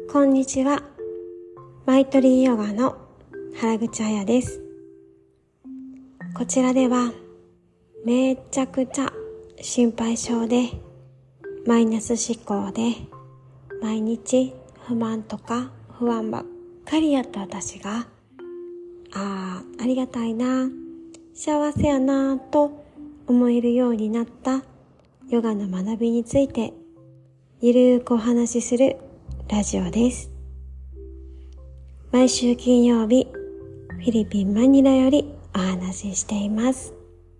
こんにちは。マイトリーヨガの原口彩です。こちらではめちゃくちゃ心配性でマイナス思考で毎日不満とか不安ばっかりやった私がありがたいな、幸せやなと思えるようになったヨガの学びについてゆるーくお話しするラジオです。毎週金曜日フィリピン・マニラよりお話ししています。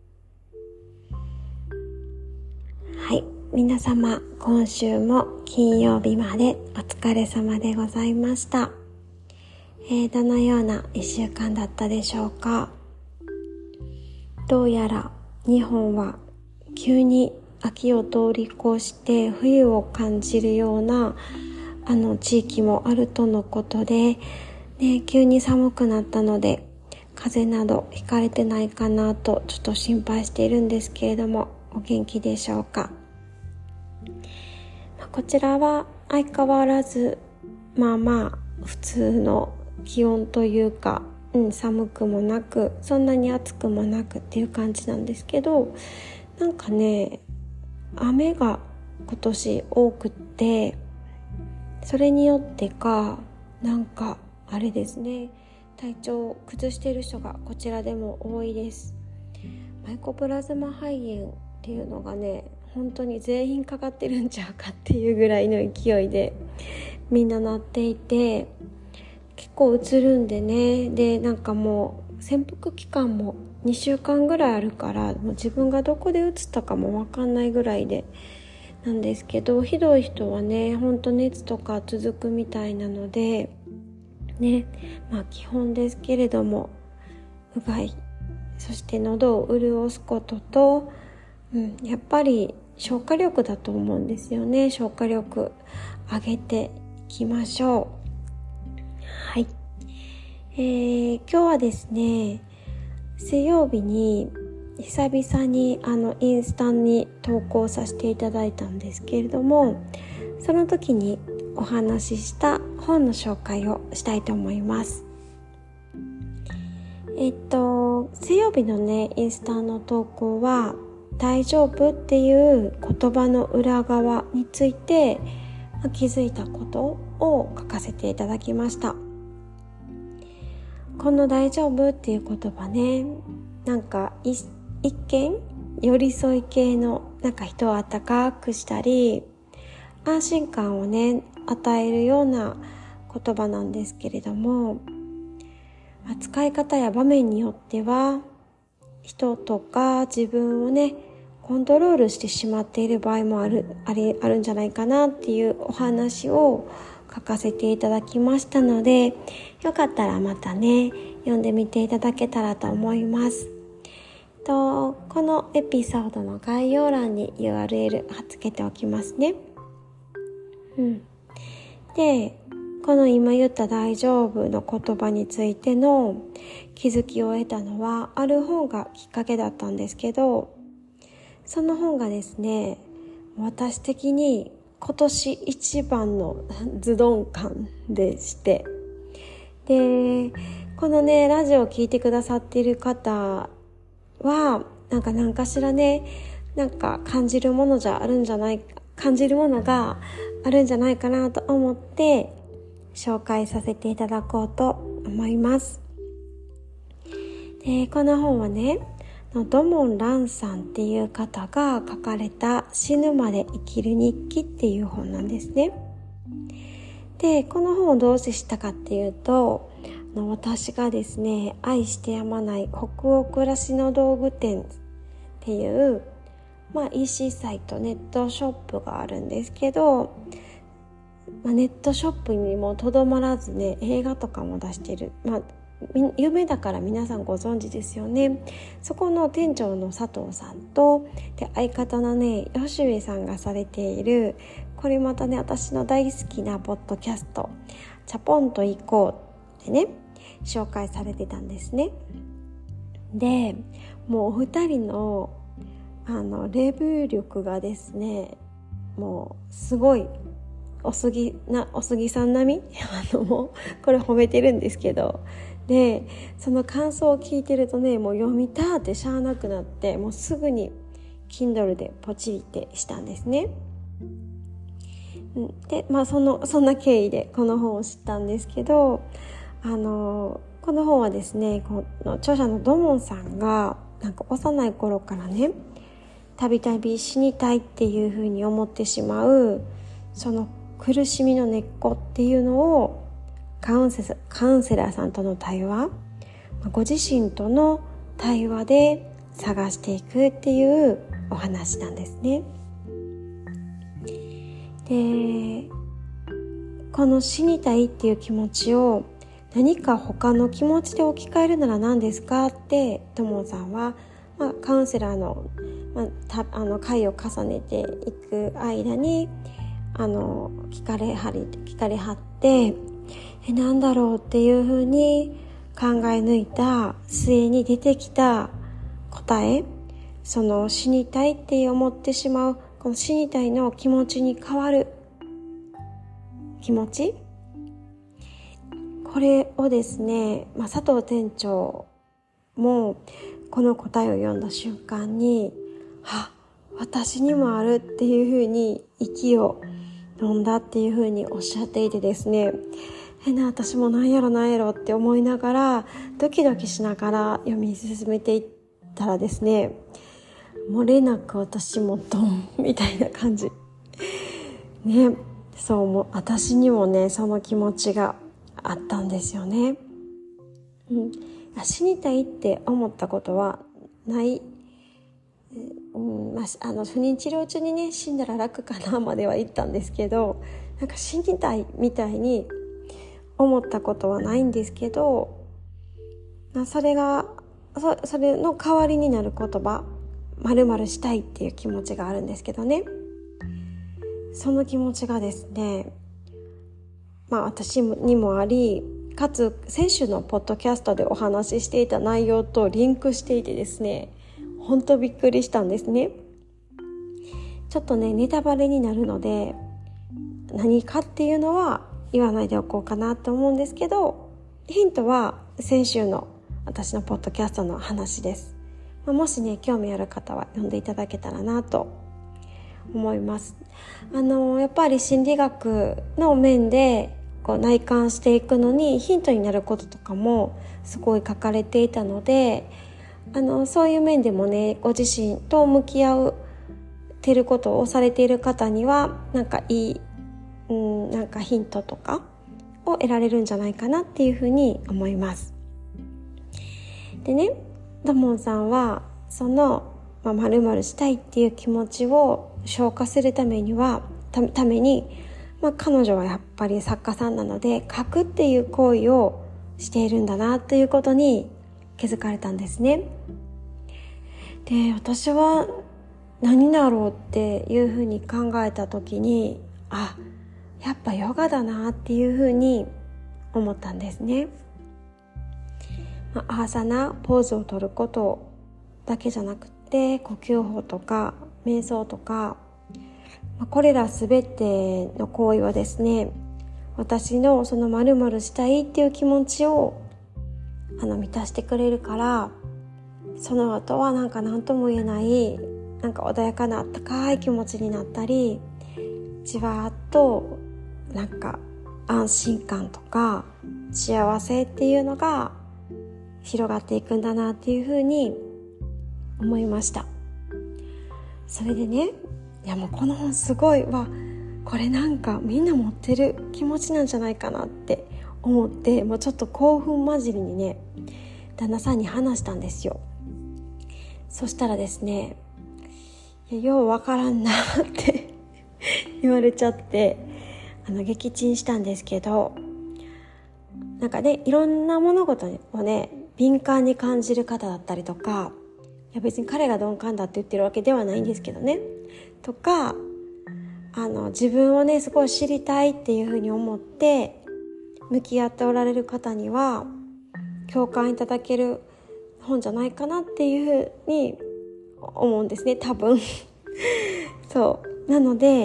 はい、皆様今週も金曜日までお疲れ様でございました。どのような1週間だったでしょうか。どうやら日本は急に秋を通り越して冬を感じるような地域もあるとのことで、急に寒くなったので風邪などひかれてないかなとちょっと心配しているんですけれども、お元気でしょうか。こちらは相変わらず普通の気温というか、寒くもなくそんなに暑くもなくっていう感じなんですけど、なんかね、雨が今年多くって、それによってかなんかあれですね、体調を崩している人がこちらでも多いです。マイコプラズマ肺炎っていうのがね、本当に全員かかってるんちゃうかっていうぐらいの勢いでみんななっていて、結構うつるんでね。で、なんかもう潜伏期間も2週間ぐらいあるから、もう自分がどこでうつったかも分かんないぐらいでなんですけど、ひどい人はね、ほんと熱とか続くみたいなのでね、基本ですけれども、うがい、そして喉を潤すことと、やっぱり消化力だと思うんですよね。消化力上げていきましょう。はい、今日はですね、水曜日に久々にインスタに投稿させていただいたんですけれども、その時にお話しした本の紹介をしたいと思います。水曜日のね、インスタの投稿は大丈夫っていう言葉の裏側について気づいたことを書かせていただきました。この大丈夫っていう言葉ね、なんか一見寄り添い系の、なんか人を温かくしたり安心感をね与えるような言葉なんですけれども、使い方や場面によっては人とか自分をねコントロールしてしまっている場合もあるんじゃないかなっていうお話を書かせていただきましたので、よかったらまたね読んでみていただけたらと思います。このエピソードの概要欄に URL 貼っつけておきますね。で、この今言った大丈夫の言葉についての気づきを得たのはある本がきっかけだったんですけど、その本がですね、私的に今年一番のズドン感でして、でこのねラジオを聞いてくださっている方は何かしらね、なんか感じるものがあるんじゃないかなと思って紹介させていただこうと思います。で、この本はね、ドモン・ランさんっていう方が書かれた死ぬまで生きる日記っていう本なんですね。で、この本をどうして知ったかっていうと、私がですね愛してやまない北欧暮らしの道具店っていう、EC サイト、ネットショップがあるんですけど、ネットショップにもとどまらずね、映画とかも出してる、有名だから皆さんご存知ですよね。そこの店長の佐藤さんと、で相方のね吉上さんがされている、これまたね私の大好きなポッドキャスト、チャポンと行こうってね紹介されてたんですね。で、もうお二人のレビュー力がですね、もうすごいお杉さん並みもうこれ褒めてるんですけど、でその感想を聞いてるとね、もう読みたってしゃあなくなって、もうすぐに Kindle でポチリってしたんですね。でそんな経緯でこの本を知ったんですけど、この本はですね、この著者の土門さんがなんか幼い頃からね、たびたび死にたいっていうふうに思ってしまうその苦しみの根っこっていうのをカウンセラーさんとの対話、ご自身との対話で探していくっていうお話なんですね。で、この死にたいっていう気持ちを何か他の気持ちで置き換えるなら何ですかってともさんは、カウンセラーの、会を重ねていく間に聞かれはってなんだろうっていうふうに考え抜いた末に出てきた答え、その死にたいって思ってしまうこの死にたいの気持ちに変わる気持ち、これをですね、佐藤店長もこの答えを読んだ瞬間に、私にもあるっていうふうに息を飲んだっていうふうにおっしゃっていてですね、私もなんやろって思いながらドキドキしながら読み進めていったらですね、漏れなく私もドンみたいな感じね。そうもう私にもねその気持ちがあったんですよね。死にたいって思ったことはない、不妊治療中にね死んだら楽かなまでは言ったんですけど、なんか死にたいみたいに思ったことはないんですけど、それの代わりになる言葉、〇〇したいっていう気持ちがあるんですけどね、その気持ちがですね、私にもあり、かつ先週のポッドキャストでお話ししていた内容とリンクしていてですね、本当びっくりしたんですね。ちょっとねネタバレになるので何かっていうのは言わないでおこうかなと思うんですけど、ヒントは先週の私のポッドキャストの話です。もしね興味ある方は読んでいただけたらなと思います。やっぱり心理学の面で内観していくのにヒントになることとかもすごい書かれていたので、そういう面でもねご自身と向き合っていることをされている方にはなんかいい、なんかヒントとかを得られるんじゃないかなっていうふうに思います。でね、土門さんはその〇〇したいっていう気持ちを消化するために彼女はやっぱり作家さんなので書くっていう行為をしているんだなということに気づかれたんですね。で、私は何だろうっていうふうに考えた時に、やっぱヨガだなっていうふうに思ったんですね。アーサナ、ポーズを取ることだけじゃなくて呼吸法とか瞑想とか、これらすべての行為はですね、私のその〇〇したいっていう気持ちを満たしてくれるから、その後はなんか何とも言えないなんか穏やかなあったかい気持ちになったり、じわーっとなんか安心感とか幸せっていうのが広がっていくんだなっていうふうに思いました。それでね、もうこの本すごいわ、これなんかみんな持ってる気持ちなんじゃないかなって思って、もうちょっと興奮混じりにね旦那さんに話したんですよ。そしたらですね、ようわからんなって言われちゃって撃沈したんですけど、なんかねいろんな物事をね敏感に感じる方だったりとか、別に彼が鈍感だって言ってるわけではないんですけどねとか、自分をねすごい知りたいっていうふうに思って向き合っておられる方には共感いただける本じゃないかなっていうふうに思うんですね、多分そうなので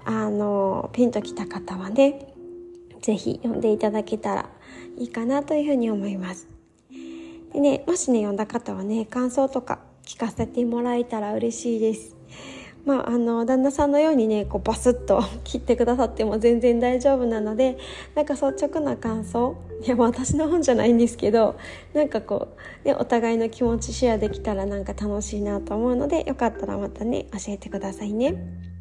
ピンときた方はね、ぜひ読んでいただけたらいいかなというふうに思います。でね、もしね読んだ方はね、感想とか聞かせてもらえたら嬉しいです。旦那さんのようにねバスッと切ってくださっても全然大丈夫なので、率直な感想、私の本じゃないんですけど、お互いの気持ちシェアできたら楽しいなと思うので、よかったらまたね教えてくださいね。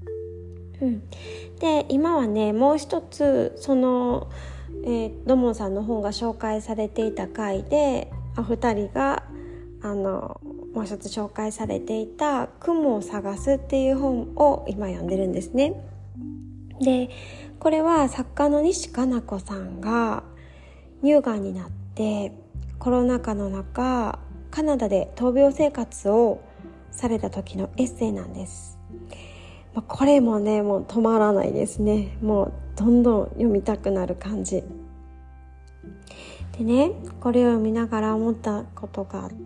で、今はねもう一つ土門さんの本が紹介されていた回で、お二人がもう一つ紹介されていた雲を探すっていう本を今読んでるんですね。で、これは作家の西加奈子さんが乳がんになってコロナ禍の中カナダで闘病生活をされた時のエッセイなんです。これもねもう止まらないですね。もうどんどん読みたくなる感じでね、これを読みながら思ったことがあって、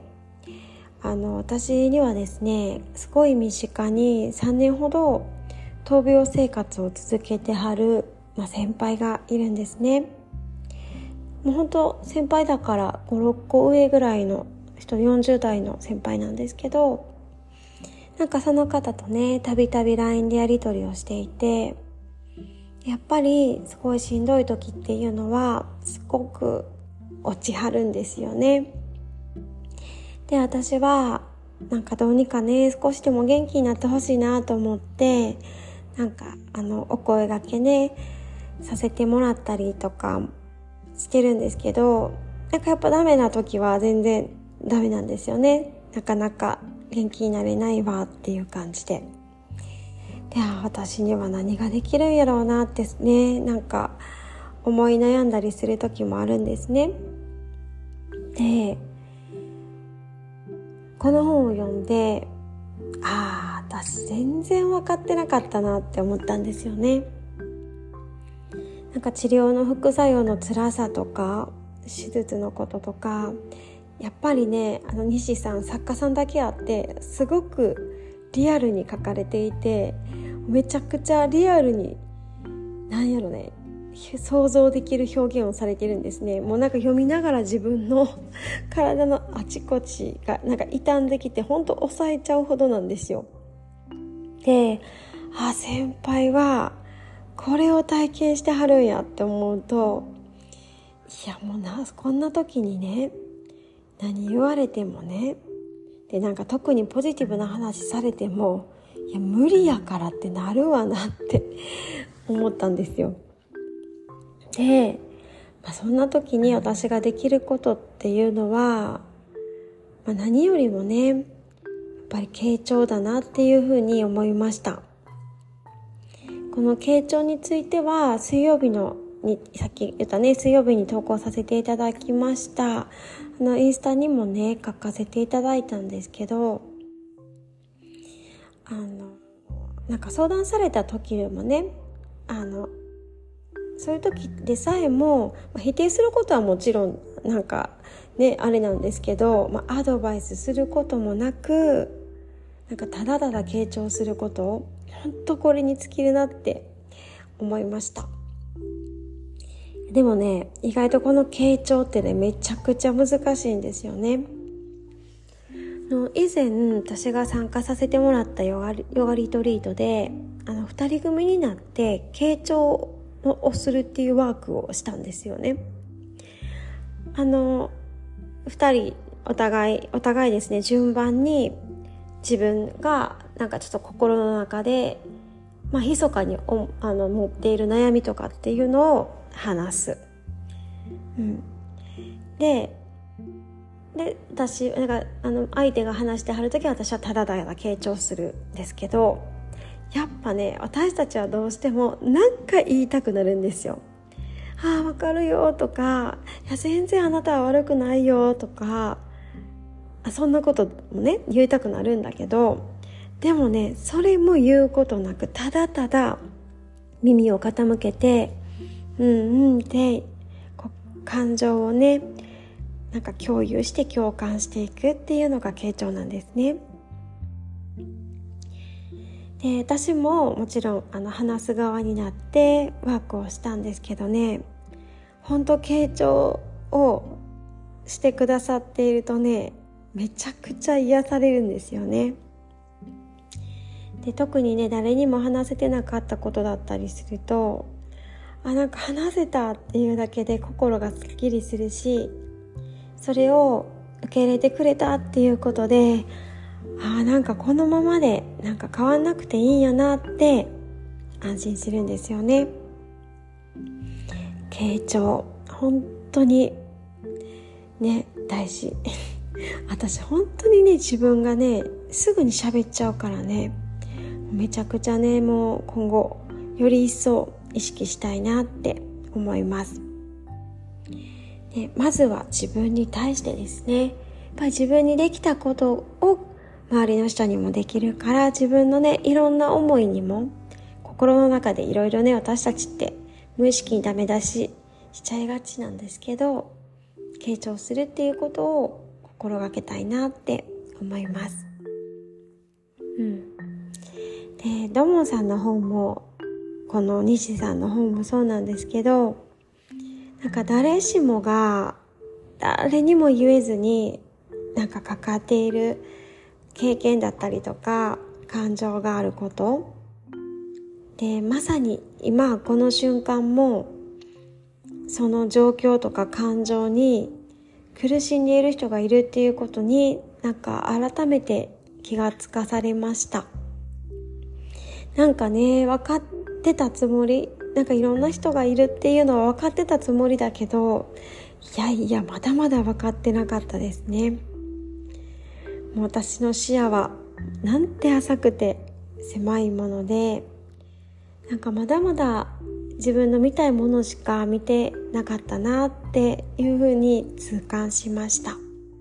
私にはですね、すごい身近に3年ほど闘病生活を続けてはる、先輩がいるんですね。もう本当先輩だから5、6個上ぐらいの人、40代の先輩なんですけど、その方とねたびたび LINE でやり取りをしていて、やっぱりすごいしんどい時っていうのはすごく落ちはるんですよね。で、私はどうにかね少しでも元気になってほしいなと思って、お声掛けねさせてもらったりとかしてるんですけど、やっぱダメな時は全然ダメなんですよね。なかなか元気になれないわっていう感じで、私には何ができるんやろうなってね、思い悩んだりする時もあるんですね。で、この本を読んで、私全然分かってなかったなって思ったんですよね。治療の副作用の辛さとか手術のこととか、やっぱりね西さん作家さんだけあってすごくリアルに書かれていて、めちゃくちゃリアルに想像できる表現をされているんですね。もう読みながら自分の体のあちこちが傷んできて本当抑えちゃうほどなんですよ。で、先輩はこれを体験してはるんやって思うと、こんな時にね何言われてもね、で特にポジティブな話されても無理やからってなるわなって思ったんですよ。で、そんな時に私ができることっていうのは、何よりもねやっぱり傾聴だなっていうふうに思いました。この傾聴についてはさっき言ったね水曜日に投稿させていただきました。インスタにもね書かせていただいたんですけど、相談された時でもねそういう時でさえも否定することはもちろんあれなんですけど、アドバイスすることもなくただただ傾聴すること、本当これに尽きるなって思いました。でもね、意外とこの傾聴ってねめちゃくちゃ難しいんですよね。以前私が参加させてもらったヨガリトリートで2人組になって傾聴をするっていうワークをしたんですよね。2人お互いですね、順番に自分がちょっと心の中で密かに持っている悩みとかっていうのを話す。で私相手が話してはるときは私はただただ傾聴するんですけど、やっぱね私たちはどうしても言いたくなるんですよ。わかるよとか、全然あなたは悪くないよとか、そんなこともね言いたくなるんだけど、でもねそれも言うことなくただただ耳を傾けてって感情をね共有して共感していくっていうのが傾聴なんですね。 で、私ももちろん話す側になってワークをしたんですけどね、本当傾聴をしてくださっているとね、めちゃくちゃ癒されるんですよね。で、特にね、誰にも話せてなかったことだったりすると、なんか話せたっていうだけで心がすっきりするし、それを受け入れてくれたっていうことで、なんかこのままでなんか変わんなくていいんやなって安心するんですよね。傾聴本当にね、大事私本当にね、自分がねすぐに喋っちゃうからね、めちゃくちゃね、もう今後より一層意識したいなって思います。で、まずは自分に対してですね、やっぱり自分にできたことを周りの人にもできるから、自分のね、いろんな思いにも心の中でいろいろね、私たちって無意識にダメ出ししちゃいがちなんですけど、傾聴するっていうことを心がけたいなって思います。で、土門さんの本もこの西さんの本もそうなんですけど、なんか誰しもが誰にも言えずになんか抱えている経験だったりとか感情があることで、まさに今この瞬間もその状況とか感情に苦しんでいる人がいるっていうことになんか改めて気がつかされました。なんかね、分かってたつもり、なんかいろんな人がいるっていうのは分かってたつもりだけど、いやまだまだ分かってなかったですね。もう私の視野はなんて浅くて狭いもので、なんかまだまだ自分の見たいものしか見てなかったなっていうふうに痛感しました。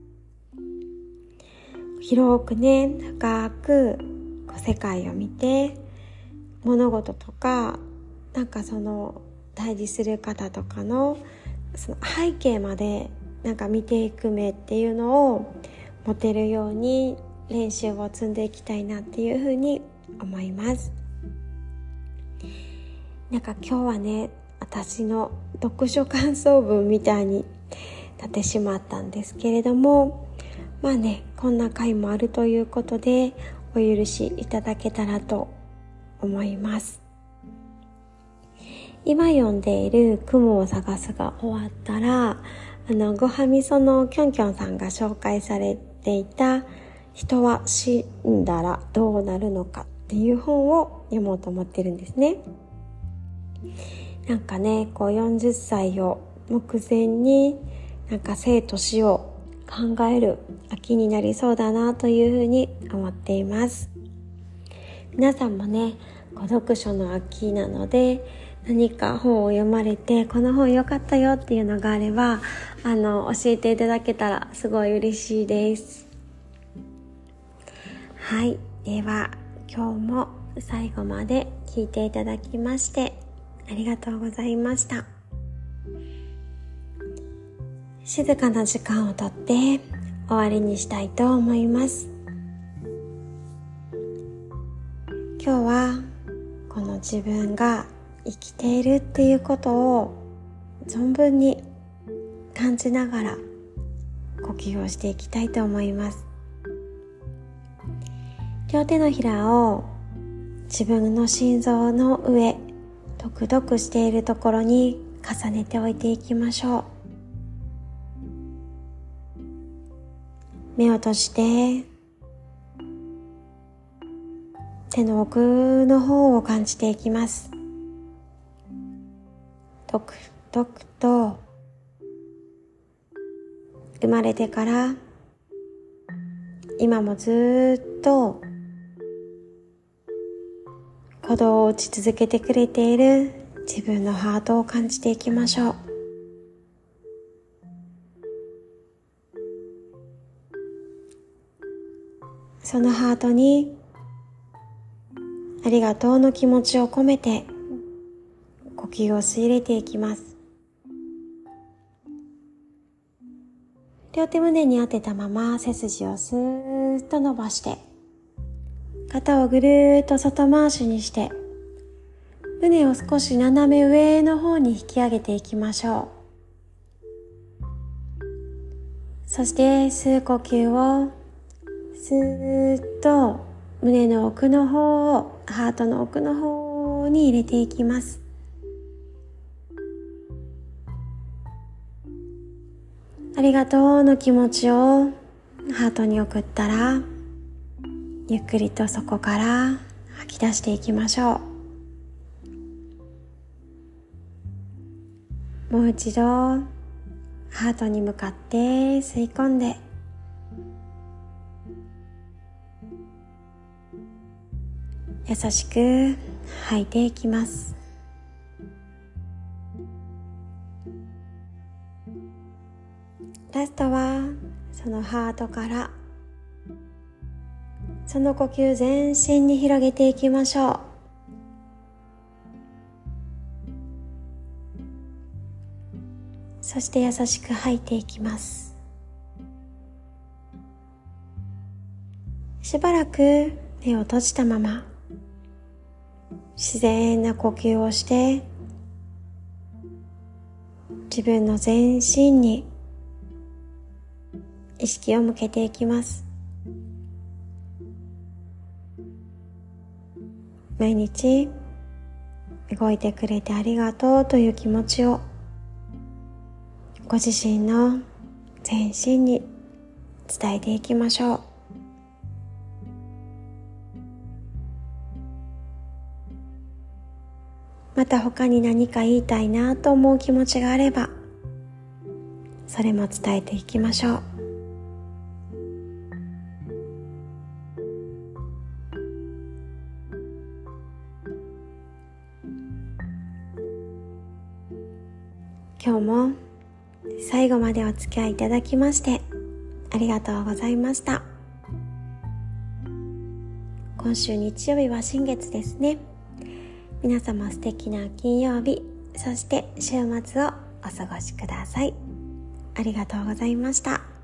広くね、深く世界を見て、物事とかなんかその対峙する方とかのその背景までなんか見ていく目っていうのを持てるように練習を積んでいきたいなっていうふうに思います。なんか今日はね、私の読書感想文みたいになってしまったんですけれども、まあね、こんな回もあるということでお許しいただけたらと思います。今読んでいる雲を探すが終わったら、ごはみそのきょんきょんさんが紹介されていた人は死んだらどうなるのかっていう本を読もうと思ってるんですね。なんかね、こう40歳を目前になんか生と死を考える秋になりそうだなというふうに思っています。皆さんもね、読書の秋なので、何か本を読まれてこの本良かったよっていうのがあれば教えていただけたらすごい嬉しいです。はい、では今日も最後まで聞いていただきましてありがとうございました。静かな時間をとって終わりにしたいと思います。今日はこの自分が生きているっていうことを存分に感じながら呼吸をしていきたいと思います。両手のひらを自分の心臓の上、ドクドクしているところに重ねておいていきましょう。目を閉じて手の奥の方を感じていきます。ドクドクと生まれてから今もずっと鼓動を打ち続けてくれている自分のハートを感じていきましょう。そのハートにありがとうの気持ちを込めて呼吸を吸い入れていきます。両手胸に当てたまま背筋をスーッと伸ばして肩をぐるーっと外回しにして胸を少し斜め上の方に引き上げていきましょう。そして吸う呼吸をスーッと胸の奥の方をハートの奥の方に入れていきます。ありがとうの気持ちをハートに送ったら、ゆっくりとそこから吐き出していきましょう。もう一度ハートに向かって吸い込んで、優しく吐いていきます。ラストはそのハートからその呼吸全身に広げていきましょう。そして優しく吐いていきます。しばらく目を閉じたまま自然な呼吸をして自分の全身に意識を向けていきます。毎日動いてくれてありがとうという気持ちをご自身の全身に伝えていきましょう。また他に何か言いたいなと思う気持ちがあればそれも伝えていきましょう。今日も最後までお付き合いいただきましてありがとうございました。今週日曜日は新月ですね。皆様素敵な金曜日、そして週末をお過ごしください。ありがとうございました。